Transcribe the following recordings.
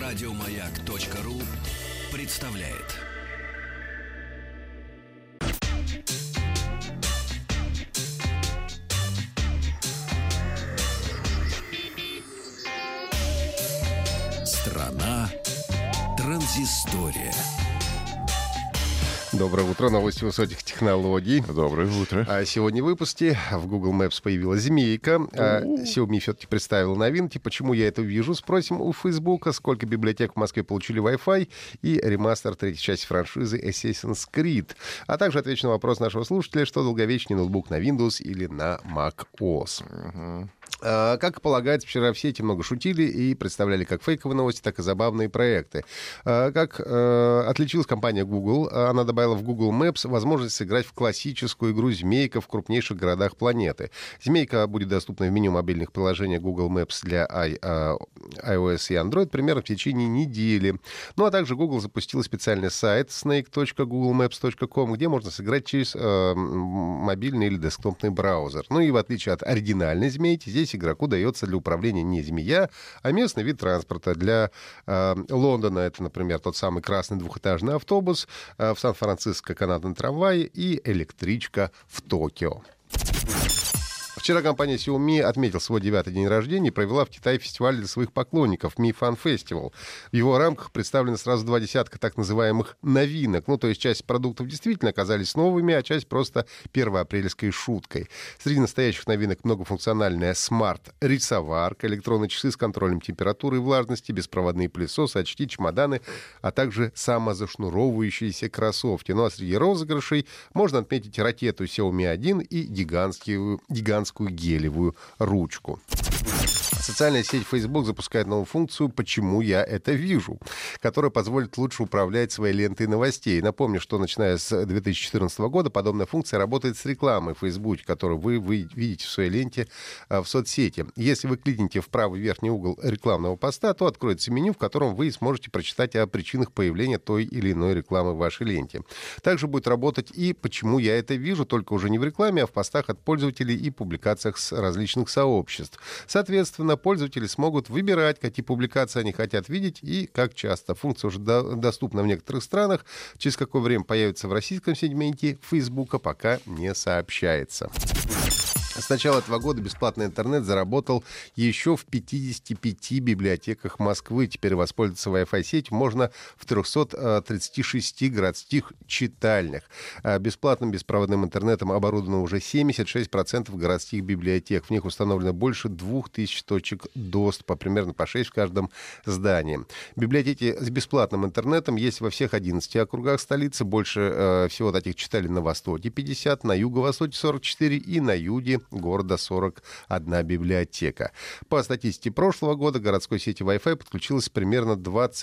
Радиомаяк.ру представляет. Страна транзистория. Доброе утро. Новости высоких технологий. Доброе утро. Сегодня в выпуске в Google Maps появилась змейка. Xiaomi все-таки представила новинки. Почему я это вижу? Спросим у Facebook. Сколько библиотек в Москве получили Wi-Fi и ремастер третьей части франшизы Assassin's Creed. А также отвечу на вопрос нашего слушателя, что долговечнее ноутбук на Windows или на macOS. Как и полагается, вчера в сети много шутили и представляли как фейковые новости, так и забавные проекты. Как отличилась компания Google, она добавила в Google Maps возможность сыграть в классическую игру «Змейка» в крупнейших городах планеты. «Змейка» будет доступна в меню мобильных приложений Google Maps для iOS и Android примерно в течение недели. Ну а также Google запустила специальный сайт snake.googlemaps.com, где можно сыграть через мобильный или десктопный браузер. Ну и в отличие от оригинальной «Змейки», здесь игроку дается для управления не змея, а местный вид транспорта. Для Лондона это, например, тот самый красный двухэтажный автобус, в Сан-Франциско канатный трамвай и электричка в Токио. Вчера компания Xiaomi отметила свой 9-й день рождения и провела в Китае фестиваль для своих поклонников Mi Fan Festival. В его рамках представлены сразу 2 десятка так называемых новинок. Ну, то есть часть продуктов действительно оказались новыми, а часть просто первоапрельской шуткой. Среди настоящих новинок многофункциональная смарт-рисоварка, электронные часы с контролем температуры и влажности, беспроводные пылесосы, очки, чемоданы, а также самозашнуровывающиеся кроссовки. Ну, а среди розыгрышей можно отметить ракету Xiaomi 1 и гигантскую гелевую ручку. Социальная сеть Facebook запускает новую функцию «Почему я это вижу?», которая позволит лучше управлять своей лентой новостей. Напомню, что начиная с 2014 года подобная функция работает с рекламой в Facebook, которую вы видите в своей ленте в соцсети. Если вы кликните в правый верхний угол рекламного поста, то откроется меню, в котором вы сможете прочитать о причинах появления той или иной рекламы в вашей ленте. Также будет работать и «Почему я это вижу?», только уже не в рекламе, а в постах от пользователей и публикациях с различных сообществ. Соответственно, пользователи смогут выбирать, какие публикации они хотят видеть и как часто. Функция уже доступна в некоторых странах. Через какое время появится в российском сегменте Фейсбука, пока не сообщается. С начала этого года бесплатный интернет заработал еще в 55 библиотеках Москвы. Теперь воспользоваться Wi-Fi сетью можно в 336 городских читальнях. Бесплатным беспроводным интернетом оборудовано уже 76% городских библиотек. В них установлено больше 2000 точек доступа, примерно по 6 в каждом здании. Библиотеки с бесплатным интернетом есть во всех 11 округах столицы. Больше всего таких читален на востоке 50, на юго-востоке 44 и на юге города 41 библиотека. По статистике прошлого года к городской сети Wi-Fi подключилось примерно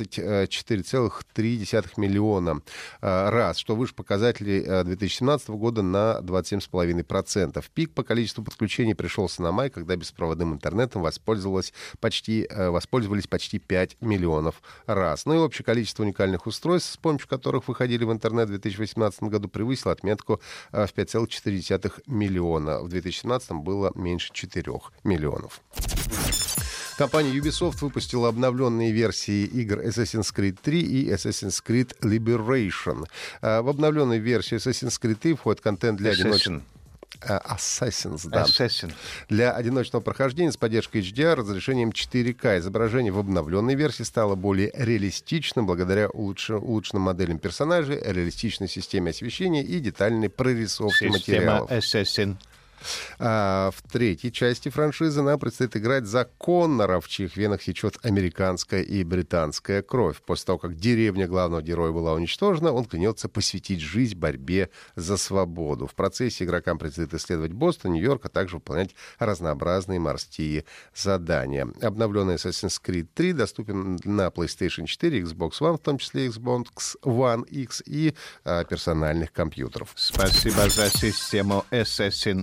24,3 миллиона раз, что выше показателей 2017 года на 27,5%. Пик по количеству подключений пришелся на май, когда беспроводным интернетом воспользовались почти 5 миллионов раз. Ну и общее количество уникальных устройств, с помощью которых выходили в интернет в 2018 году, превысило отметку в 5,4 миллиона. В 2017 было меньше 4 миллионов. Компания Ubisoft выпустила обновленные версии игр Assassin's Creed 3 и Assassin's Creed Liberation. В обновленную версию Assassin's Creed 3 входит контент для одиночных... Assassins, да. Assassin. Для одиночного прохождения с поддержкой HDR, разрешением 4К. Изображение в обновленной версии стало более реалистичным благодаря улучшенным моделям персонажей, реалистичной системе освещения и детальной прорисовке материалов. Assassin. В третьей части франшизы нам предстоит играть за Коннора, в чьих венах течет американская и британская кровь. После того, как деревня главного героя была уничтожена, он клянется посвятить жизнь борьбе за свободу. В процессе игрокам предстоит исследовать Бостон, Нью-Йорк, а также выполнять разнообразные морские задания. Обновленный Assassin's Creed 3 доступен на PlayStation 4, Xbox One, в том числе Xbox One X и персональных компьютеров. Спасибо за систему Assassin.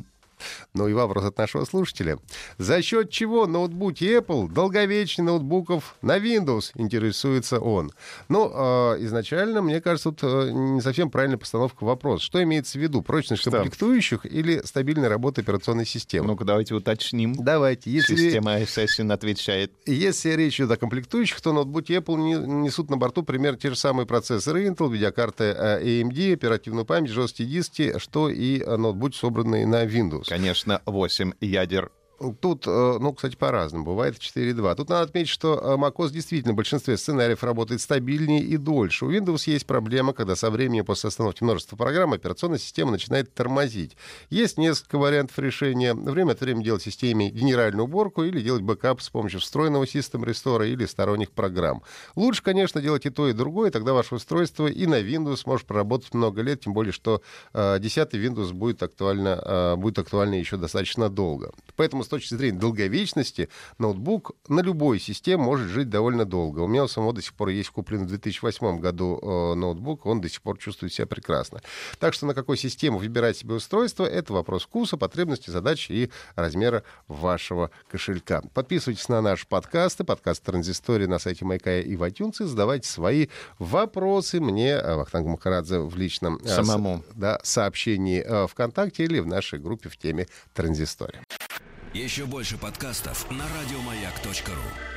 Ну и вопрос от нашего слушателя. За счет чего ноутбуки Apple долговечнее ноутбуков на Windows, интересуется он. Ну, изначально, мне кажется, тут не совсем правильная постановка вопроса. Что имеется в виду? Прочность комплектующих или стабильная работа операционной системы? Ну-ка, давайте уточним. Давайте. Система Assassin отвечает. Если речь идет о комплектующих, то ноутбуки Apple несут на борту примерно те же самые процессоры Intel, видеокарты AMD, оперативную память, жесткие диски, что и ноутбуки, собранные на Windows. Конечно, 8 ядер. Тут, ну, кстати, по-разному. Бывает 4.2. Тут надо отметить, что macOS действительно в большинстве сценариев работает стабильнее и дольше. У Windows есть проблема, когда со временем после остановки множества программ операционная система начинает тормозить. Есть несколько вариантов решения. Время от времени делать системе генеральную уборку или делать бэкап с помощью встроенного System Restore или сторонних программ. Лучше, конечно, делать и то, и другое, тогда ваше устройство и на Windows может проработать много лет, тем более, что 10-й Windows будет актуально еще достаточно долго. Поэтому с точки зрения долговечности ноутбук на любой системе может жить довольно долго. У меня у самого до сих пор есть купленный в 2008 году ноутбук, он до сих пор чувствует себя прекрасно. Так что на какой систему выбирать себе устройство, это вопрос вкуса, потребностей, задач и размера вашего кошелька. Подписывайтесь на наши подкасты, подкаст «Транзистория» на сайте Маяка и в iTunes, и задавайте свои вопросы мне, Вахтангу Махарадзе, в личном сообщении ВКонтакте или в нашей группе в теме «Транзистория». Еще больше подкастов на радиомаяк.ру.